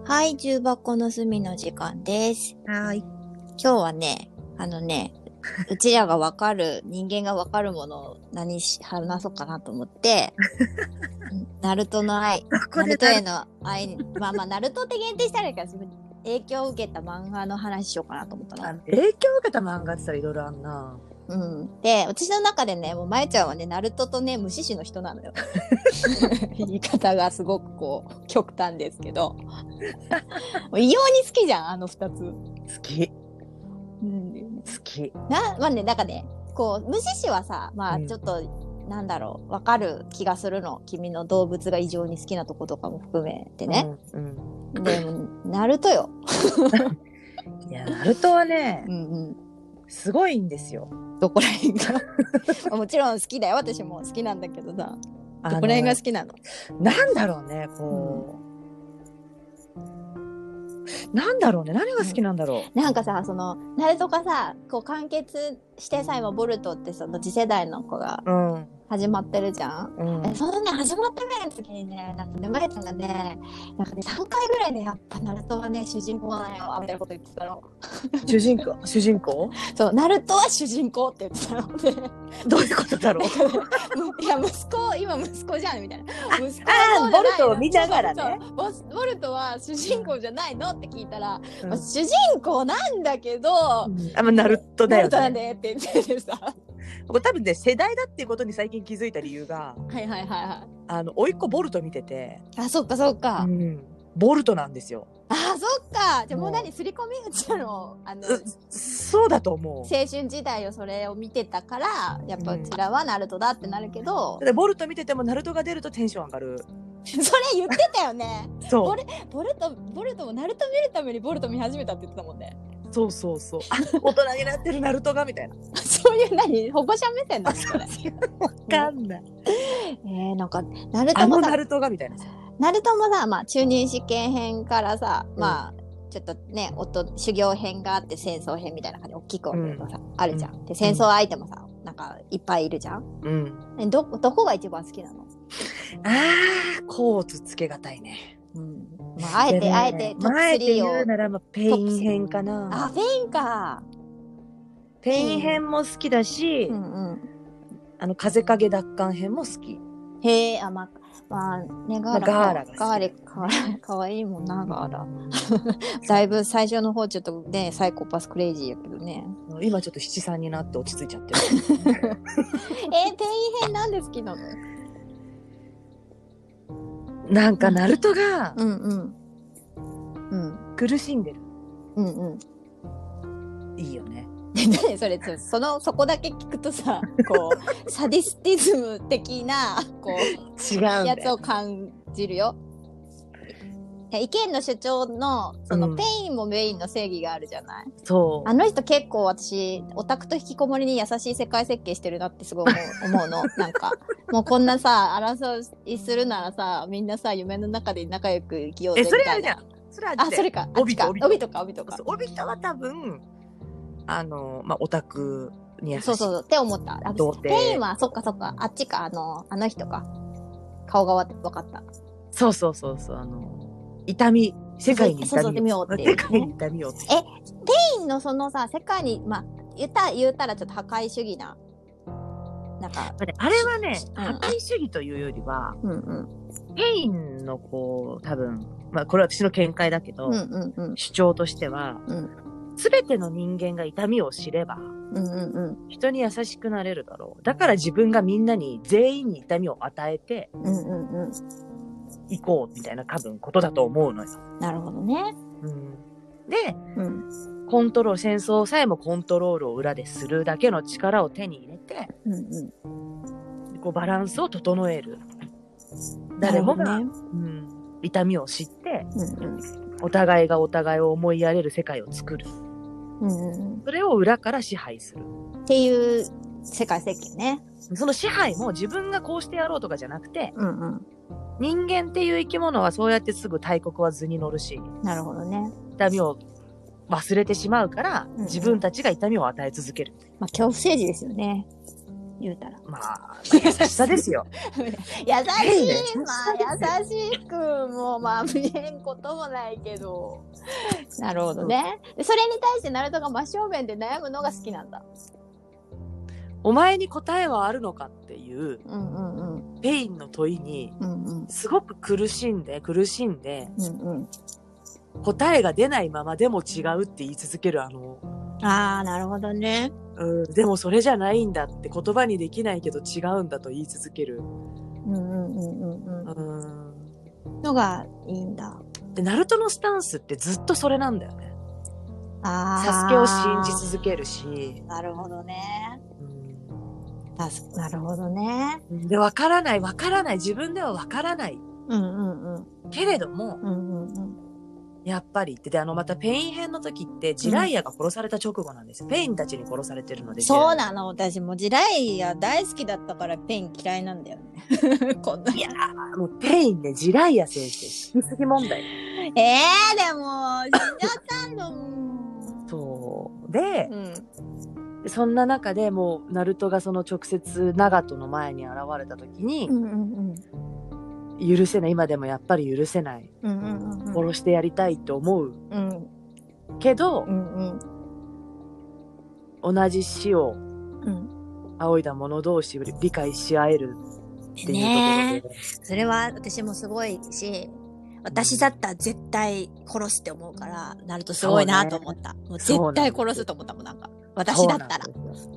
はい、重箱の隅の時間です。 はい。 今日はね、うちらがわかる、人間がわかるものを話そうかなと思って、ナルトの愛、ナルトへの愛、ナルトって限定したらいいから、影響を受けた漫画の話しようかなと思ったの。 影響を受けた漫画って言ったらいろいろあんな。 うん。で、私の中でね、もうまゆちゃんはね、ナルトとね、無視しの人なのよ。言い方がすごくこう、極端ですけど。異様に好きじゃん、あの二つ。 好き。 うん。 好き。 なんかね、こう、無視しはさ、ちょっと、なんだろう、わかる気がするの。君の動物が異常に好きなとことかも含めてね。でも、ナルトよ。 いや、ナルトはね、すごいんですよ。 どこら辺がもちろん好きだよ。私も好きなんだけどさ。どこら辺が好きなの？ なんだろうね、こう。なんだろうね、何が好きなんだろう。 なんかさ、その、ナルトがさ、こう完結してさ、今、ボルトってその次世代の子が始まってるじゃん。そのね、始まったぐらいの時にね、なんかね、まやちゃんがね、なんかね、3回ぐらいで、やっぱナルトはね、主人公なんよ、みたいなこと言ってたの。 主人公そう、ナルトは主人公って言ってたので。 どういうことだろう。 いや、今息子じゃん、みたいな。息子はボルトを見ながらね。 ボルトは主人公じゃないのって聞いたら、主人公なんだけど、 ナルトだよね。ナルトなんでって言っててさ。 多分ね、世代だっていうことに最近気づいた理由が、甥っ子ボルト見てて。 あ、そっかそっか。 ボルトなんですよ。 あ、そっか。じゃあもうすり込み口の、 そうだと思う。 青春時代をそれを見てたから、やっぱうちらはナルトだってなるけど。 ボルト見ててもナルトが出るとテンション上がる。 それ言ってたよね。 そう。 ボルトもナルト見るためにボルト見始めたって言ってたもんね。 そう。大人になってるナルトがみたいな。 そういう保護者目線だったそれ。 わかんない。 なんかナルトもさ、 ナルトがみたいな。 ナルトもさ、中任試験編からさ、ちょっとね、修行編があって戦争編みたいな感じで大きく分けるとさ、あるじゃん。で、戦争相手もさ、なんかいっぱいいるじゃん。どこが一番好きなの？ コーツつけがたいね。 あえてトップ3を。 言うならペイン編かな。 あ、ペインか。 ペイン編も好きだし、風影奪還編も好き。 へえ、ね、ガーラかわいいもんな、ガーラ。だいぶ最初の方ちょっとね、サイコパスクレイジーやけどね。 今ちょっと七三になって落ち着いちゃってる。 ペイン編なんで好きなの？ なんかナルトが苦しんでる。いいよね。 何それ、そこだけ聞くとさ、こうサディスティズム的なこう違うやつを感じるよ。意見の主張のそのペインもメインの正義があるじゃない。 そう。 あの人結構私オタクと引きこもりに優しい世界設計してるなってすごい思うの。なんかもうこんなさ争いするならさ、みんなさ夢の中で仲良く生きようぜみたいな。 それあるじゃん。それある。 それか。帯とか。 帯とは多分オタクに優しい。 そうって思った。ペインはそっかあっちか、あの人か。顔が分かった。 そう痛み、世界に痛みを。世界に痛みを。 ペインのそのさ、世界に言ったらちょっと破壊主義な。なんかあれはね、破壊主義というよりは、ペインのこう多分これは私の見解だけど、主張としては。すべての人間が痛みを知れば、人に優しくなれるだろう。だから自分がみんなに全員に痛みを与えて、行こうみたいな多分ことだと思うのよ。 なるほどね。 で、戦争さえもコントロールを裏でするだけの力を手に入れて、こうバランスを整える。誰もが、痛みを知って、お互いがお互いを思いやれる世界を作る。それを裏から支配する。 っていう世界設計ね。 その支配も自分がこうしてやろうとかじゃなくて、人間っていう生き物はそうやってすぐ大国は図に乗るし。 なるほどね。 痛みを忘れてしまうから、自分たちが痛みを与え続ける。 恐怖政治ですよね。 言うたら。 まあ、優しさですよ。 優しい、まあ優しく、もうまあ見えんこともないけど。なるほどね。それに対してナルトが真正面で悩むのが好きなんだ。 お前に答えはあるのかっていう、 うんうんうん、 ペインの問いに、すごく苦しんで、うんうん、答えが出ないままでも違うって言い続けるああ、なるほどね。 でもそれじゃないんだって言葉にできないけど違うんだと言い続ける。 のがいいんだ。 で、ナルトのスタンスってずっとそれなんだよね。サスケを信じ続けるし。 なるほどね。なるほどね。 で、わからない。自分ではわからない。けれども、やっぱりって。で、またペイン編の時って、ジライアが殺された直後なんですよ。ペインたちに殺されてるので。 そうなの。私もジライア大好きだったからペイン嫌いなんだよね。こんな。 いやー、もうペインでジライア先生、好きすぎ問題。 でも、死んじゃったんだもん。 そう。で、そんな中でもう、ナルトがその直接ナガトの前に現れた時に、許せない、今でもやっぱり許せない。殺してやりたいと思う。けど、同じ死を仰いだ者同士理解し合えるっていうところで。ね、 それは私もすごいし、私だったら絶対殺すって思うから、ナルトすごいなと思った。もう絶対殺すと思ったもん、なんか。私だったら。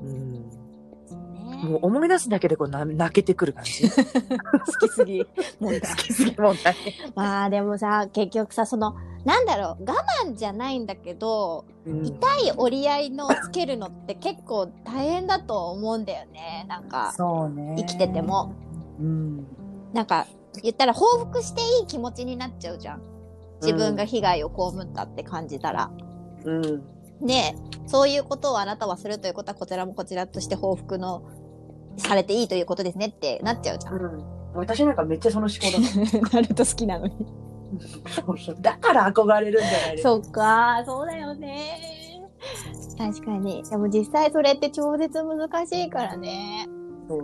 もう思い出すだけでこう泣けてくる感じ。 好きすぎ問題。 好きすぎ問題。 まあでもさ、結局さ、なんだろう、我慢じゃないんだけど、痛い折り合いのつけるのって結構大変だと思うんだよね。なんか、 そうね、 生きてても。なんか、言ったら報復していい気持ちになっちゃうじゃん。自分が被害を被ったって感じたら。ねえ、そういうことをあなたはするということは、こちらもこちらとして報復のされていいということですねってなっちゃうじゃん。 私なんかめっちゃその思考だ。ナルト好きなのに。 だから憧れるんじゃないですか。 そっか、そうだよね。確かに。でも実際それって超絶難しいからね。 そう。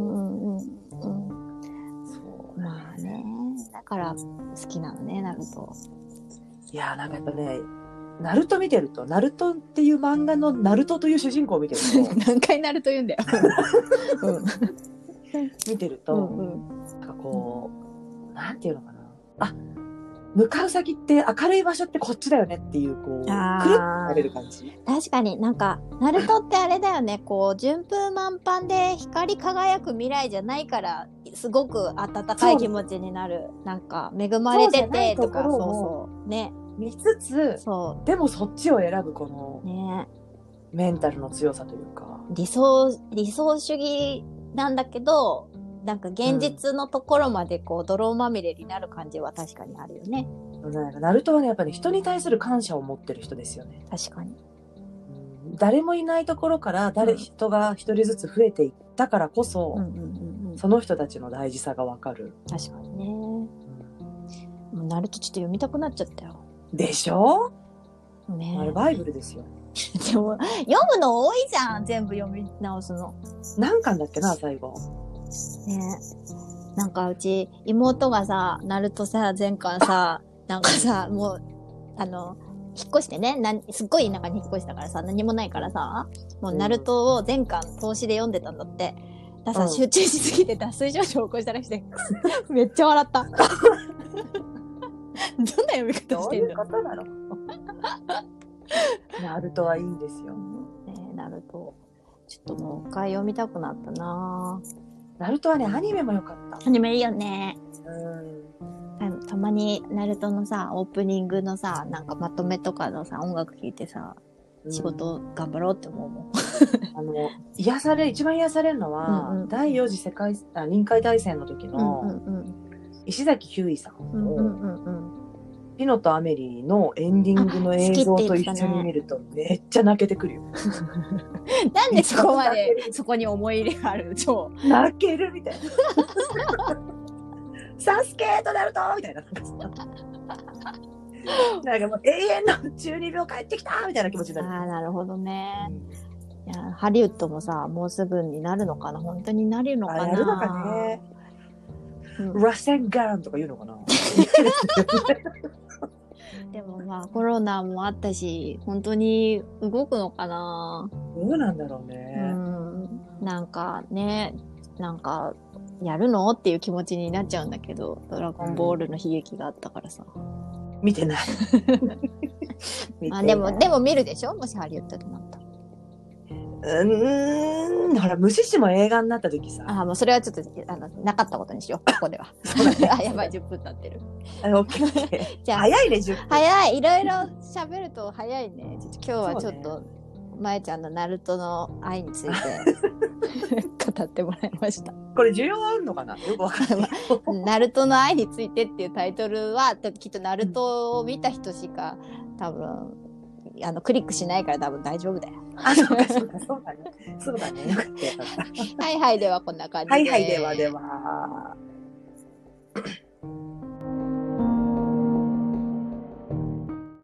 まあね。だから好きなのね、ナルト。 いやー、なんかやっぱね、ナルト見てると、ナルトっていう漫画のナルトという主人公を見てると。 何回ナルト言うんだよ。 見てると、なんかこう、なんていうのかな。向かう先って明るい場所ってこっちだよねっていう、こう、くるっとされる感じ。 確かになんか、ナルトってあれだよね、こう、順風満帆で光り輝く未来じゃないから、すごく温かい気持ちになる。なんか、恵まれててとか、そうね。 見つつ、でもそっちを選ぶこの、メンタルの強さというか。 理想主義なんだけど、なんか現実のところまでこう泥まみれになる感じは確かにあるよね。 ナルトはね、やっぱり人に対する感謝を持ってる人ですよね。 確かに。 誰もいないところから人が一人ずつ増えていったからこそ、その人たちの大事さがわかる。 確かにね。もうナルトちょっと読みたくなっちゃったよ。 でしょ？ ね。 あれバイブルですよ。 でも読むの多いじゃん、全部読み直すの。 何巻だっけな、最後。 ね、なんかうち妹がさ、ナルトさ、前巻さ、なんかさ、もう引っ越してね、すっごい田舎に引っ越したからさ、何もないからさ、もうナルトを全巻投資で読んでたんだって。だからさ、集中しすぎて脱水症状を起こしたらしくて、めっちゃ笑った。どんな読み方してんの？ どういうことなの？ナルトはいいんですよ。 ナルト。ちょっともう一回読みたくなったな。 ナルトはね、アニメも良かった。 アニメいいよね。たまにナルトのさ、オープニングのさ、なんかまとめとかのさ、音楽聴いてさ、仕事頑張ろうって思うもん。 一番癒されるのは、第4次臨海大戦の時の、石崎ひゅーいさんの、ピノとアメリーのエンディングの映像と一緒に見るとめっちゃ泣けてくるよ。 なんでそこまでそこに思い入れがある？超泣けるみたいな。サスケとナルトみたいな。なんかもう永遠の12秒帰ってきたみたいな気持ちになる。 なるほどね。 いやハリウッドもさ、もうすぐになるのかな、本当になるのかな。 やるのかね。ラセンガンとか言うのかな。 でもまあコロナもあったし、本当に動くのかな。 どうなんだろうね。 なんかね、なんかやるのっていう気持ちになっちゃうんだけど、ドラゴンボールの悲劇があったからさ。 見てない。 でも見るでしょ、もしハリウッドとなったら。 ほら、虫師も映画になった時さ。 もうそれはちょっとなかったことにしよう、ここでは。やばい、10分経ってる。 じゃあ早いね、10分。 早い、いろいろ喋ると早いね。今日はちょっと、まえちゃんのナルトの愛について語ってもらいました。 これ需要あるのかな、よくわかんない。 ナルトの愛についてっていうタイトルはきっとナルトを見た人しか多分クリックしないから多分大丈夫だよ。 そうだね。よかった。 はいはい、ではこんな感じで。 はいはい、では。